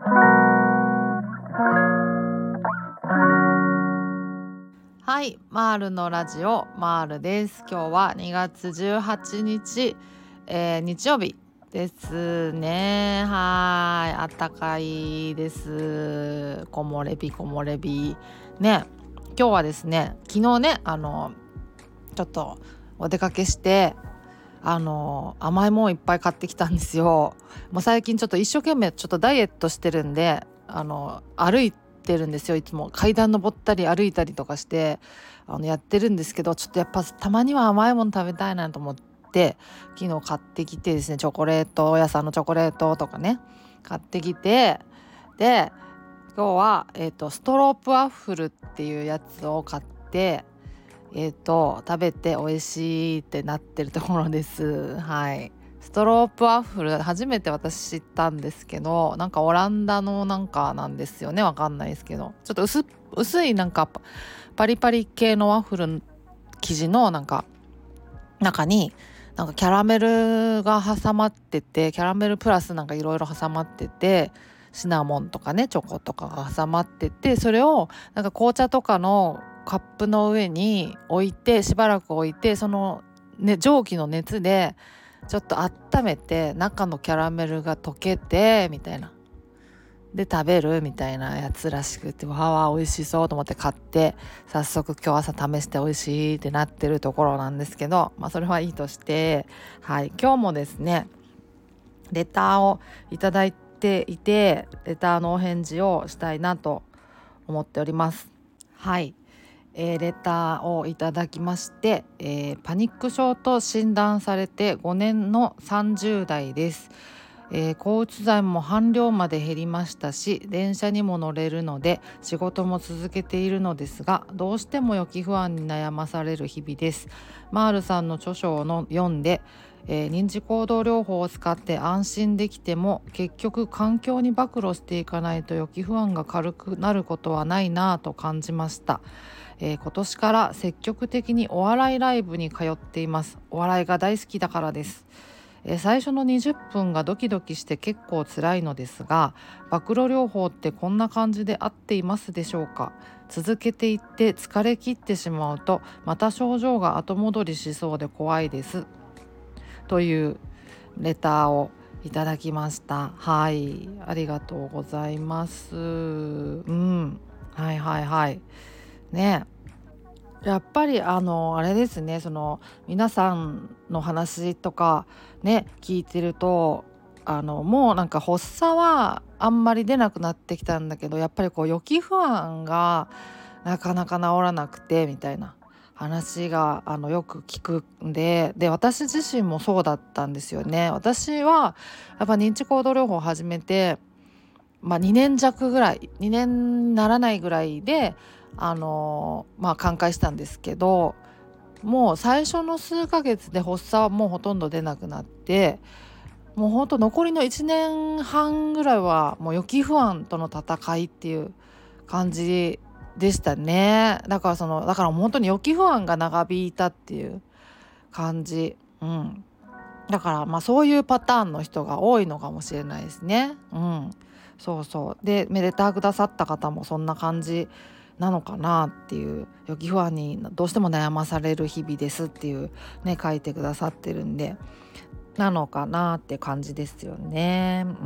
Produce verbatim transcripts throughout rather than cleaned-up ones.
はい、マールのラジオマールです。今日はにがつじゅうはちにち、えー、日曜日ですね。はい、あったかいです。木漏れ日木漏れ日ね。今日はですね、昨日ね、あのちょっとお出かけしてあの甘いもんいっぱい買ってきたんですよ。もう最近ちょっと一生懸命ちょっとダイエットしてるんで、あの歩いてるんですよ。いつも階段登ったり歩いたりとかしてあのやってるんですけど、ちょっとやっぱたまには甘いもの食べたいなと思って昨日買ってきてですね、チョコレート屋さんのチョコレートとかね買ってきて、で今日は、えーと、ストロープワッフルっていうやつを買ってえーと食べて美味しいってなってるところです。はい、ストロープワッフル初めて私知ったんですけど、なんかオランダのなんかなんですよね。わかんないですけど、ちょっと 薄, 薄いなんかパリパリ系のワッフル生地のなんか中になんかキャラメルが挟まってて、キャラメルプラスなんかいろいろ挟まってて、シナモンとかねチョコとかが挟まってて、それをなんか紅茶とかのカップの上に置いてしばらく置いて、その、ね、蒸気の熱でちょっと温めて中のキャラメルが溶けてみたいなで食べるみたいなやつらしくて、わーわー美味しそうと思って買って早速今日朝試して美味しいってなってるところなんですけど、まあそれはいいとして、はい、今日もですねレターをいただいていて、レターのお返事をしたいなと思っております。はい、えー、レターをいただきまして、えー、パニック症と診断されてごねんのさんじゅう代です。えー、抗うつ剤も半量まで減りましたし、電車にも乗れるので仕事も続けているのですが、どうしても予期不安に悩まされる日々です。マールさんの著書をの読んで、えー、認知行動療法を使って安心できても結局環境に暴露していかないと予期不安が軽くなることはないなぁと感じました。えー、今年から積極的にお笑いライブに通っています。お笑いが大好きだからです。えー、最初のにじゅっぷんがドキドキして結構辛いのですが、暴露療法ってこんな感じで合っていますでしょうか。続けていって疲れ切ってしまうとまた症状が後戻りしそうで怖いですというレターをいただきました。はい、ありがとうございます。うん、はいはいはいね。やっぱりあのあれですね、その皆さんの話とかね聞いてると、あのもうなんか発作はあんまり出なくなってきたんだけど、やっぱりこう予期不安がなかなか治らなくてみたいな話があのよく聞くんで、で私自身もそうだったんですよね。私はやっぱ認知行動療法を始めてまあ、にねん弱ぐらいにねんならないぐらいであのまあ寛解したんですけど、もう最初の数ヶ月で発作はもうほとんど出なくなって、もうほんと残りのいちねんはんぐらいはもう予期不安との戦いっていう感じでしたね。だからそのだから本当に予期不安が長引いたっていう感じ、うん、だからまあそういうパターンの人が多いのかもしれないですね。うん、そうそうでレターくださった方もそんな感じなのかなっていう、予期不安にどうしても悩まされる日々ですっていうね書いてくださってるんで、なのかなって感じですよね。うんうん。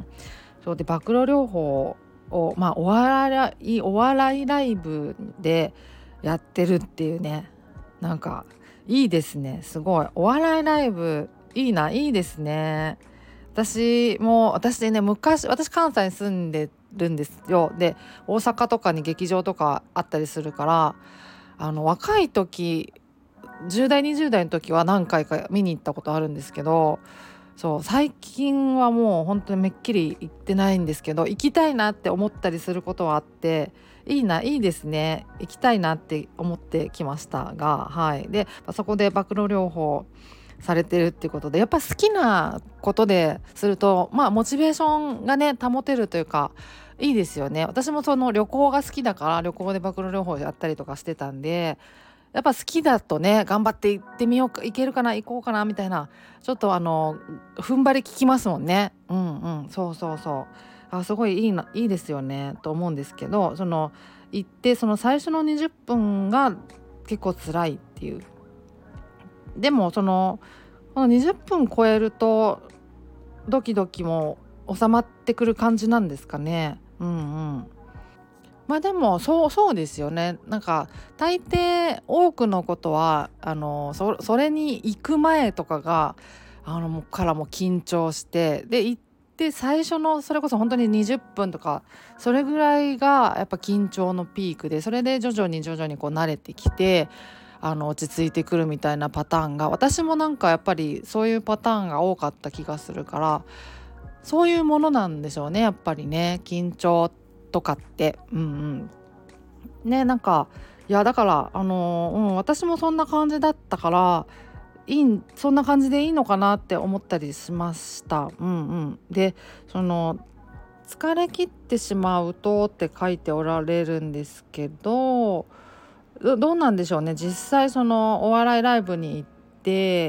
そうで暴露療法をまあお笑いお笑いライブでやってるっていうね、なんかいいですね。すごいお笑いライブいいないいですね。私も私でね昔私関西に住んでるんですよ。で大阪とかに劇場とかあったりするから、あの若い時じゅう代にじゅう代の時は何回か見に行ったことあるんですけど、そう最近はもう本当にめっきり行ってないんですけど、行きたいなって思ったりすることはあって、いいないいですね、行きたいなって思ってきましたが、はいでそこで暴露療法されてるっていうことで、やっぱ好きなことでするとまあモチベーションがね保てるというかいいですよね。私もその旅行が好きだから旅行で暴露療法やったりとかしてたんで、やっぱ好きだとね頑張って行ってみようか、行けるかな行こうかなみたいな、ちょっとあの踏ん張り効きますもんね。うんうんそうそうそうあすごいいいないいですよねと思うんですけど、その行ってその最初のにじゅっぷんが結構辛いっていう。でもそのこのにじゅっぷん超えるとドキドキも収まってくる感じなんですかね。うんうん。まあでもそうそうですよね。なんか大抵多くのことはあのそそれに行く前とかがあのもうからも緊張して、で行って最初のそれこそ本当ににじゅっぷんとかそれぐらいがやっぱ緊張のピークで、それで徐々に徐々にこう慣れてきてあの落ち着いてくるみたいなパターンが、私もなんかやっぱりそういうパターンが多かった気がするから、そういうものなんでしょうねやっぱりね、緊張とかって。うんうんね、なんかいやだからあの、うん、私もそんな感じだったからいいそんな感じでいいのかなって思ったりしました。うんうん、でその疲れ切ってしまうとって書いておられるんですけど、どどうなんでしょうね。実際そのお笑いライブに行って、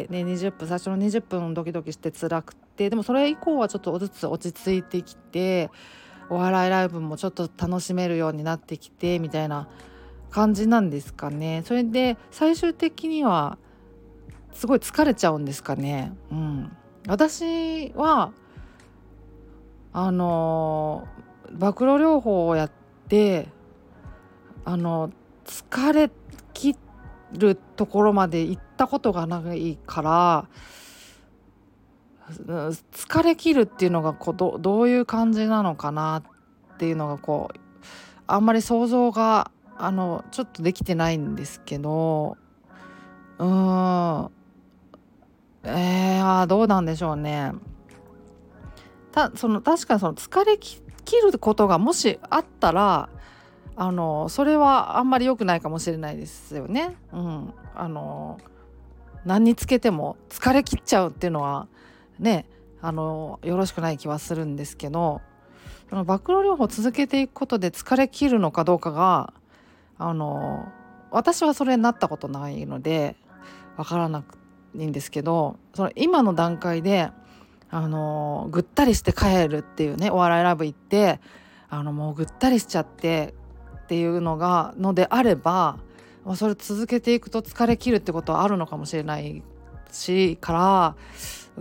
ね、にじゅっぷん最初のにじゅっぷんドキドキして辛くて、でもそれ以降はちょっとずつ落ち着いてきてお笑いライブもちょっと楽しめるようになってきてみたいな感じなんですかね。それで最終的にはすごい疲れちゃうんですかね。うん、私はあの暴露療法をやってあの疲れ切るところまで行ったことがないから、うん疲れ切るっていうのがこう ど, どういう感じなのかなっていうのがこうあんまり想像があのちょっとできてないんですけど、うーんえー、あーどうなんでしょうね。たその確かにその疲れ切ることがもしあったらあのそれはあんまり良くないかもしれないですよね。うん、あの何につけても疲れ切っちゃうっていうのはね、あのよろしくない気はするんですけど、その暴露療法を続けていくことで疲れ切るのかどうかがあの私はそれになったことないのでわからないんですけど、その今の段階であのぐったりして帰るっていうね、お笑いライブ行ってあのもうぐったりしちゃってっていうのがのであれば、まあそれ続けていくと疲れ切るってことはあるのかもしれないしから、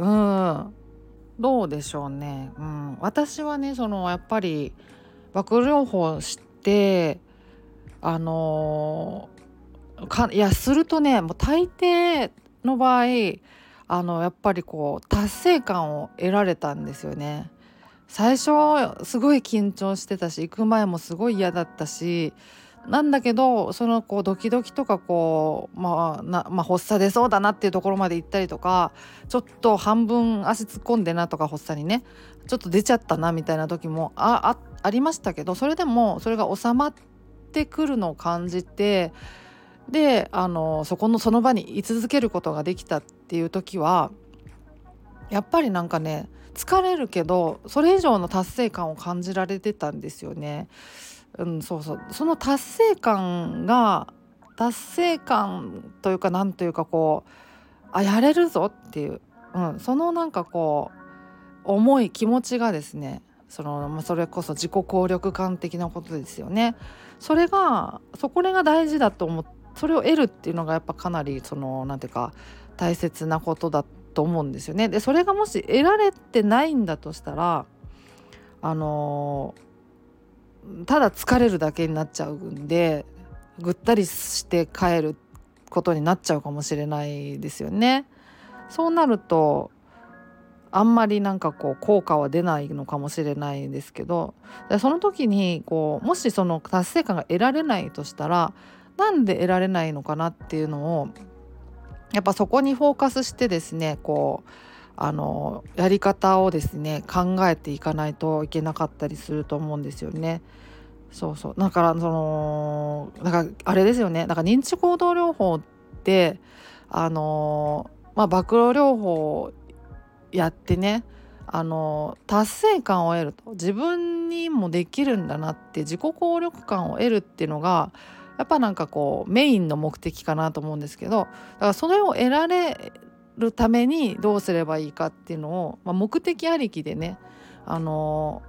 うんどうでしょうね。うん、私はねそのやっぱり暴露療法をしてあのかいやするとねもう大抵の場合あのやっぱりこう達成感を得られたんですよね。最初すごい緊張してたし行く前もすごい嫌だったし、なんだけどそのこうドキドキとかこうまあな、まあ、発作出そうだなっていうところまで行ったりとか、ちょっと半分足突っ込んでなとか発作にねちょっと出ちゃったなみたいな時も あ, あ, ありましたけど、それでもそれが収まってくるのを感じて、であのそこのその場に居続けることができたっていう時はやっぱりなんかね疲れるけどそれ以上の達成感を感じられてたんですよね。うん、そうそう、その達成感が達成感というかなんというかこうあやれるぞっていう、うん、そのなんかこう重い気持ちがですね、その、まあ、それこそ自己効力感的なことですよね。それがそこれが大事だと思って、それを得るっていうのがやっぱかなりそのなんていうか大切なことだと思うんですよね。でそれがもし得られてないんだとしたらあのただ疲れるだけになっちゃうんでぐったりして帰ることになっちゃうかもしれないですよね。そうなるとあんまりなんかこう効果は出ないのかもしれないんですけど、でその時にこうもしその達成感が得られないとしたらなんで得られないのかなっていうのをやっぱそこにフォーカスしてですね、こうあのやり方をですね考えていかないといけなかったりすると思うんですよね。そうそう、だからそのだからあれですよね、だから認知行動療法ってあのまあ暴露療法やってねあの達成感を得ると自分にもできるんだなって自己効力感を得るっていうのがやっぱなんかこうメインの目的かなと思うんですけど、だからそれを得られるためにどうすればいいかっていうのを、まあ、目的ありきでねあの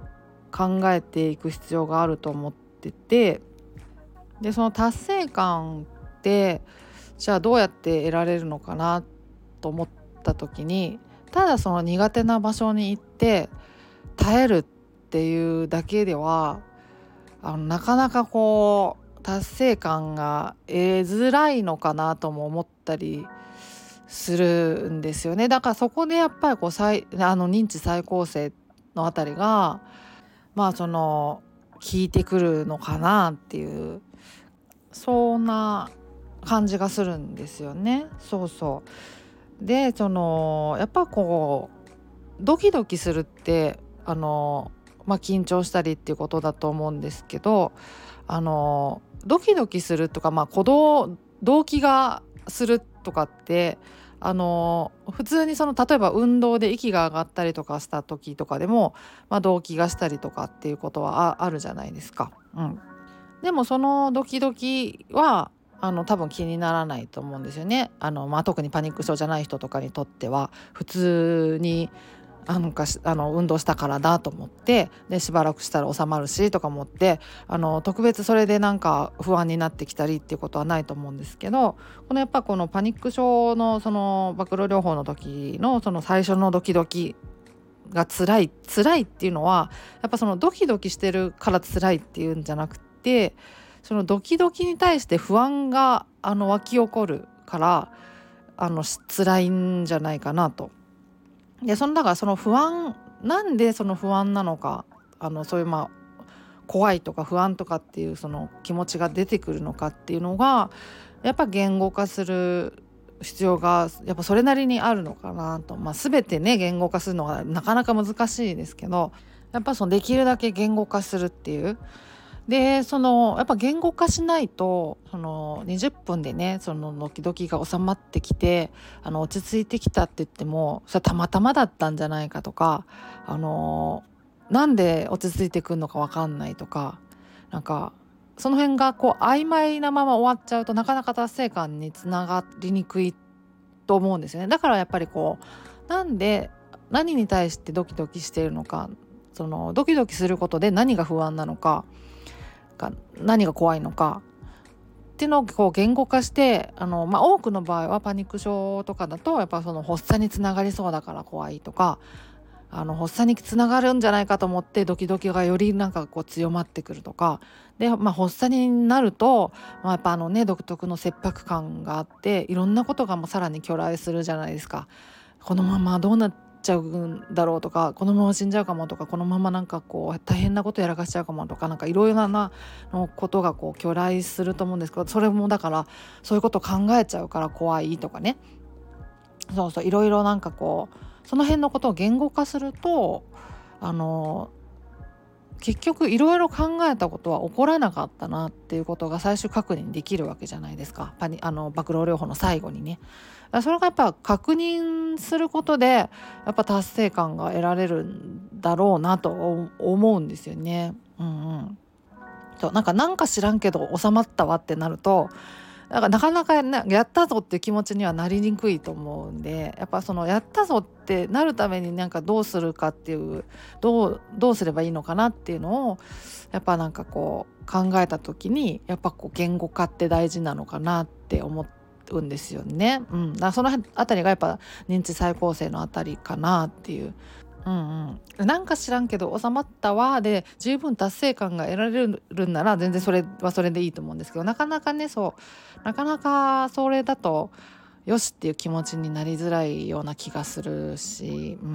考えていく必要があると思ってて、でその達成感ってじゃあどうやって得られるのかなと思った時に、ただその苦手な場所に行って耐えるっていうだけではあのなかなかこう達成感が得づらいのかなとも思ったりするんですよね。だからそこでやっぱりこう再あの認知再構成のあたりがまあその効いてくるのかなっていう、そんな感じがするんですよね。そうそうでそのやっぱこうドキドキするってあの、まあ、緊張したりっていうことだと思うんですけど、あのドキドキするとか、まあ、鼓動動悸がするとかってあの普通にその例えば運動で息が上がったりとかした時とかでも、まあ、動悸がしたりとかっていうことは あ, あるじゃないですか。うん、でもそのドキドキはあの多分気にならないと思うんですよね。あの、まあ、特にパニック症じゃない人とかにとっては普通になんかあの運動したからだと思ってでしばらくしたら収まるしとか思ってあの特別それでなんか不安になってきたりっていうことはないと思うんですけど、このやっぱこのパニック症のその暴露療法の時のその最初のドキドキが辛い辛いっていうのはやっぱそのドキドキしてるから辛いっていうんじゃなくて、そのドキドキに対して不安があの湧き起こるからあの辛いんじゃないかなと。でそのだからその不安なんでその不安なのか、あのそういうまあ怖いとか不安とかっていうその気持ちが出てくるのかっていうのがやっぱ言語化する必要がやっぱそれなりにあるのかなと。まあ、全てね言語化するのがなかなか難しいですけど、やっぱそのできるだけ言語化するっていうでそのやっぱ言語化しないとそのにじゅっぷんでねそのドキドキが収まってきてあの落ち着いてきたって言ってもそれはたまたまだったんじゃないかとか、あのなんで落ち着いてくるのか分かんないとか、なんかその辺がこう曖昧なまま終わっちゃうとなかなか達成感につながりにくいと思うんですよね。だからやっぱりこうなんで何に対してドキドキしているのか、そのドキドキすることで何が不安なのか何が怖いのかっていうのをこう言語化してあの、まあ、多くの場合はパニック症とかだとやっぱその発作につながりそうだから怖いとか、あの発作につながるんじゃないかと思ってドキドキがよりなんかこう強まってくるとかで、まあ、発作になると、まあ、やっぱあのね独特の切迫感があっていろんなことがもうさらに去来するじゃないですか。このままどうなっちゃうんだろうとか、このまま死んじゃうかもとか、このままなんかこう大変なことやらかしちゃうかもとか、なんかいろいろなのことがこう去来すると思うんですけど、それもだからそういうこと考えちゃうから怖いとかね、そうそういろいろなんかこうその辺のことを言語化するとあの結局いろいろ考えたことは起こらなかったなっていうことが最終確認できるわけじゃないですか。パニあの暴露療法の最後にね。それがやっぱ確認することでやっぱ達成感が得られるんだろうなと思うんですよね。うんうん。そうなんかなんか知らんけど収まったわってなるとなんかなかなか、ね、やったぞっていう気持ちにはなりにくいと思うんで、やっぱそのやったぞってなるためになんかどうするかっていうどうどうすればいいのかなっていうのをやっぱなんかこう考えた時にやっぱこう言語化って大事なのかなって思うんですよね。うん、だからそのあたりがやっぱ認知再構成のあたりかなっていう。うんうん、なんか知らんけど収まったわで十分達成感が得られるんなら全然それはそれでいいと思うんですけど、なかなかねそうなかなかそれだとよしっていう気持ちになりづらいような気がするし、うん、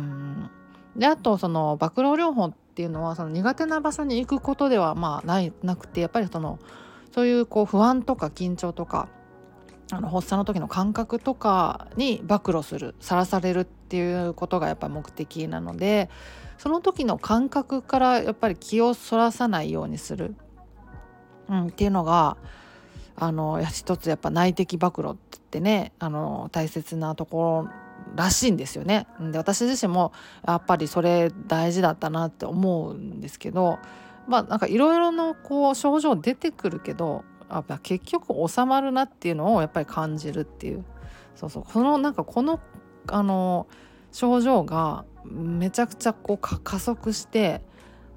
であとその暴露療法っていうのはその苦手な場所に行くことではまあないなくて、やっぱりそのそういうこう不安とか緊張とかあの発作の時の感覚とかに暴露するさらされるっていうことがやっぱ目的なので、その時の感覚からやっぱり気をそらさないようにする、うん、っていうのがあの一つやっぱ内的暴露って言ってねあの大切なところらしいんですよね。で私自身もやっぱりそれ大事だったなって思うんですけど、まあなんかいろいろのこう症状出てくるけどやっぱ結局収まるなっていうのをやっぱり感じるっていう、そうそうこのなんかこのあの症状がめちゃくちゃこう加速して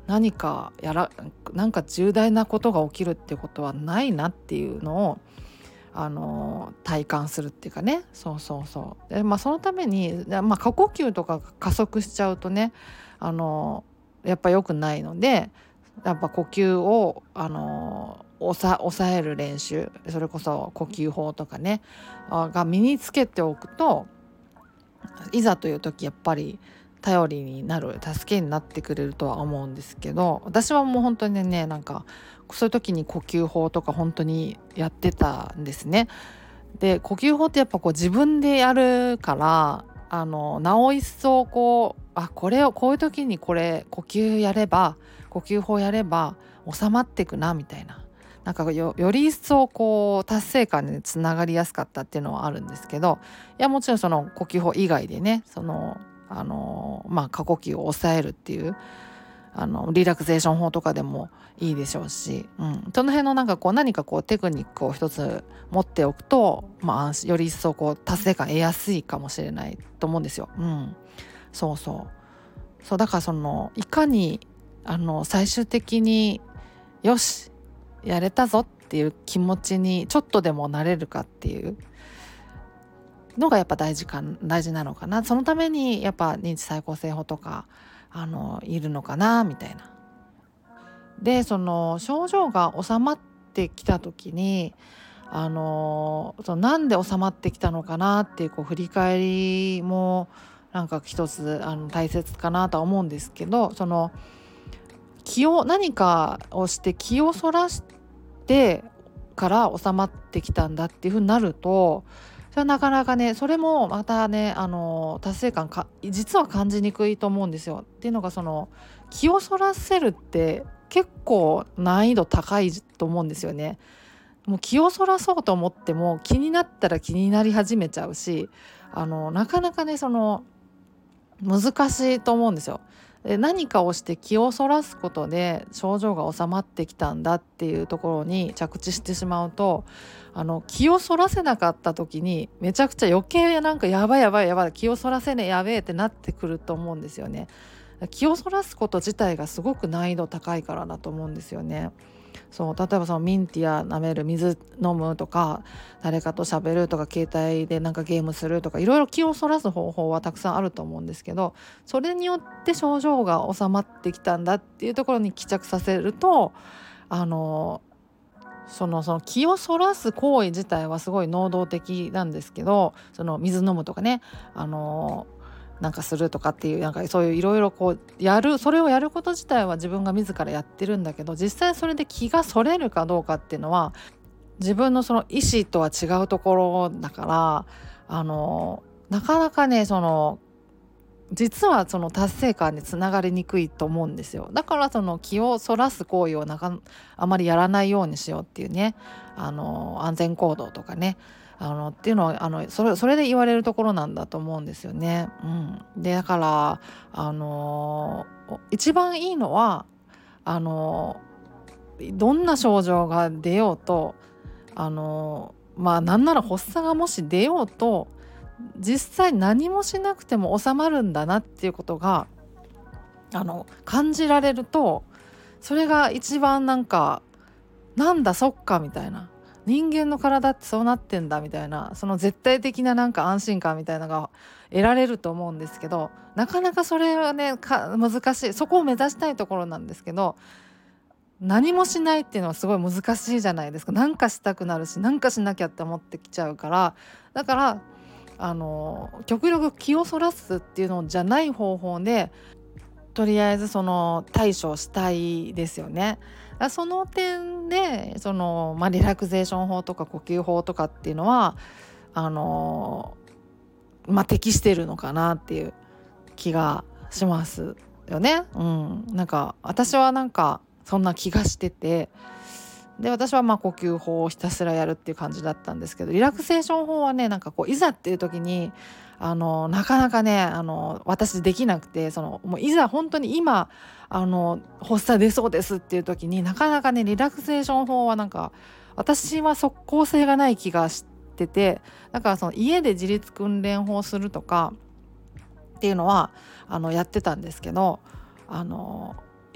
何かやらなんか重大なことが起きるっていうことはないなっていうのをあの体感するっていうかね。そうそうそうで、まあ、そのために、まあ、過呼吸とか加速しちゃうとねあのやっぱ良くないので、やっぱ呼吸をあの抑抑える練習、それこそ呼吸法とかねが身につけておくと、いざという時やっぱり頼りになる助けになってくれるとは思うんですけど、私はもう本当にねなんかそういう時に呼吸法とか本当にやってたんですね。で呼吸法ってやっぱこう自分でやるからあのなお一層こうあこれをこういう時にこれ呼吸やれば呼吸法やれば収まってくなみたいな、なんか よ, より一層こう達成感につながりやすかったっていうのはあるんですけど、いやもちろんその呼吸法以外でねそのあのまあ過呼吸を抑えるっていうあのリラクゼーション法とかでもいいでしょうし、うん、その辺のなんかこう何かこうテクニックを一つ持っておくと、まあ、より一層こう達成感得やすいかもしれないと思うんですよ。うん、そうそうそうだからそのいかにあの最終的によしやれたぞっていう気持ちにちょっとでもなれるかっていうのがやっぱ大事か大事なのかな。そのためにやっぱ認知再構成法とかあのいるのかなみたいな。でその症状が収まってきた時にあのそのなんで収まってきたのかなっていうこう振り返りもなんか一つあの大切かなとは思うんですけど、その気を何かをして気をそらしてから収まってきたんだっていう風になると、それはなかなかねそれもまたねあの達成感か実は感じにくいと思うんですよ。っていうのがその気をそらせるって結構難易度高いと思うんですよね。もう気をそらそうと思っても気になったら気になり始めちゃうし、あのなかなかねその難しいと思うんですよ。で何かをして気をそらすことで症状が収まってきたんだっていうところに着地してしまうと、あの気をそらせなかった時にめちゃくちゃ余計なんかやばいやばいやばい気をそらせねやべえってなってくると思うんですよね。気をそらすこと自体がすごく難易度高いからだと思うんですよね。そう例えばそのミンティア舐める、水飲むとか誰かと喋るとか携帯でなんかゲームするとかいろいろ気をそらす方法はたくさんあると思うんですけど、それによって症状が収まってきたんだっていうところに帰着させると、あのそのその気をそらす行為自体はすごい能動的なんですけど、その水飲むとかねあのなんかするとかっていうなんかそういういろいろこうやるそれをやること自体は自分が自らやってるんだけど、実際それで気がそれるかどうかっていうのは自分のその意思とは違うところだから、あのなかなかねその実はその達成感につながりにくいと思うんですよ。だからその気をそらす行為をなかあまりやらないようにしようっていうね、あの安全行動とかねあのっていうのはあのそれそれで言われるところなんだと思うんですよね。うん、でだからあの一番いいのはあのどんな症状が出ようとあのまあなんなら発作がもし出ようと実際何もしなくても収まるんだなっていうことがあの感じられると、それが一番なんかなんだそっかみたいな、人間の体ってそうなってんだみたいな、その絶対的ななんか安心感みたいなのが得られると思うんですけど、なかなかそれはねか難しい、そこを目指したいところなんですけど、何もしないっていうのはすごい難しいじゃないですか。なんかしたくなるしなんかしなきゃって思ってきちゃうから、だからあの極力気をそらすっていうのじゃない方法でとりあえずその対処したいですよね。その点でその、まあ、リラクゼーション法とか呼吸法とかっていうのはあの、まあ、適してるのかなっていう気がしますよね。うん、なんか私はなんかそんな気がしてて、で私はまあ呼吸法をひたすらやるっていう感じだったんですけど、リラクゼーション法はねなんかこういざっていう時にあのなかなかねあの私できなくて、そのもういざ本当に今あの発作出そうですっていう時になかなかねリラクゼーション法はなんか私は即効性がない気がしてて、だからその家で自律訓練法するとかっていうのはあのやってたんですけど、あの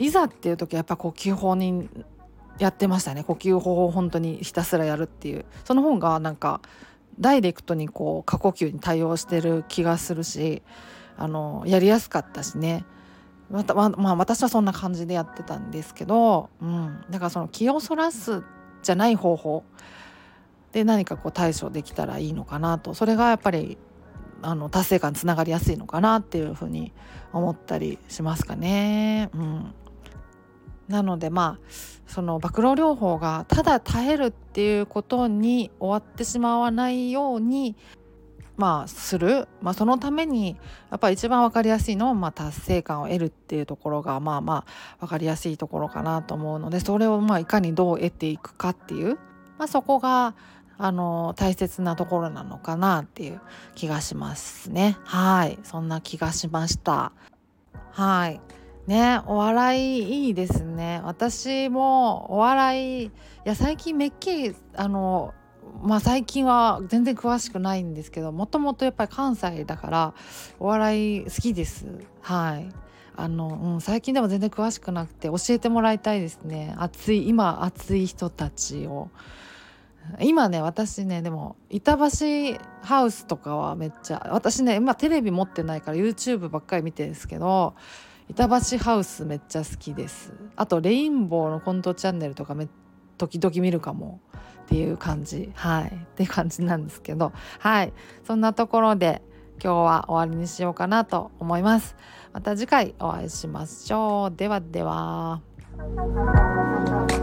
いざっていう時はやっぱ呼吸法にやってましたね。呼吸法を本当にひたすらやるっていう、その方がなんかダイレクトにこう過呼吸に対応してる気がするし、あのやりやすかったしね。またままあ私はそんな感じでやってたんですけど、うん、だからその気をそらすじゃない方法で何かこう対処できたらいいのかなと、それがやっぱりあの達成感につながりやすいのかなっていうふうに思ったりしますかね。うん、なのでまあその暴露療法がただ耐えるっていうことに終わってしまわないようにまあする、まあ、そのためにやっぱり一番分かりやすいのは、まあ、達成感を得るっていうところがまあまあ分かりやすいところかなと思うので、それをまあいかにどう得ていくかっていう、まあ、そこがあの大切なところなのかなっていう気がしますね。はい、そんな気がしました。はいね、お笑いいいですね。私もお笑い、いや最近めっきりあのまあ最近は全然詳しくないんですけど、もともとやっぱり関西だからお笑い好きです。はい、あの、うん、最近でも全然詳しくなくて教えてもらいたいですね。熱い今熱い人たちを。今ね私ねでも板橋ハウスとかはめっちゃ、私ね今テレビ持ってないから YouTube ばっかり見てるんですけど、板橋ハウスめっちゃ好きです。あとレインボーのコントチャンネルとかめ時々見るかもっていう感じ、はいっていう感じなんですけど、はいそんなところで今日は終わりにしようかなと思います。また次回お会いしましょう。ではでは。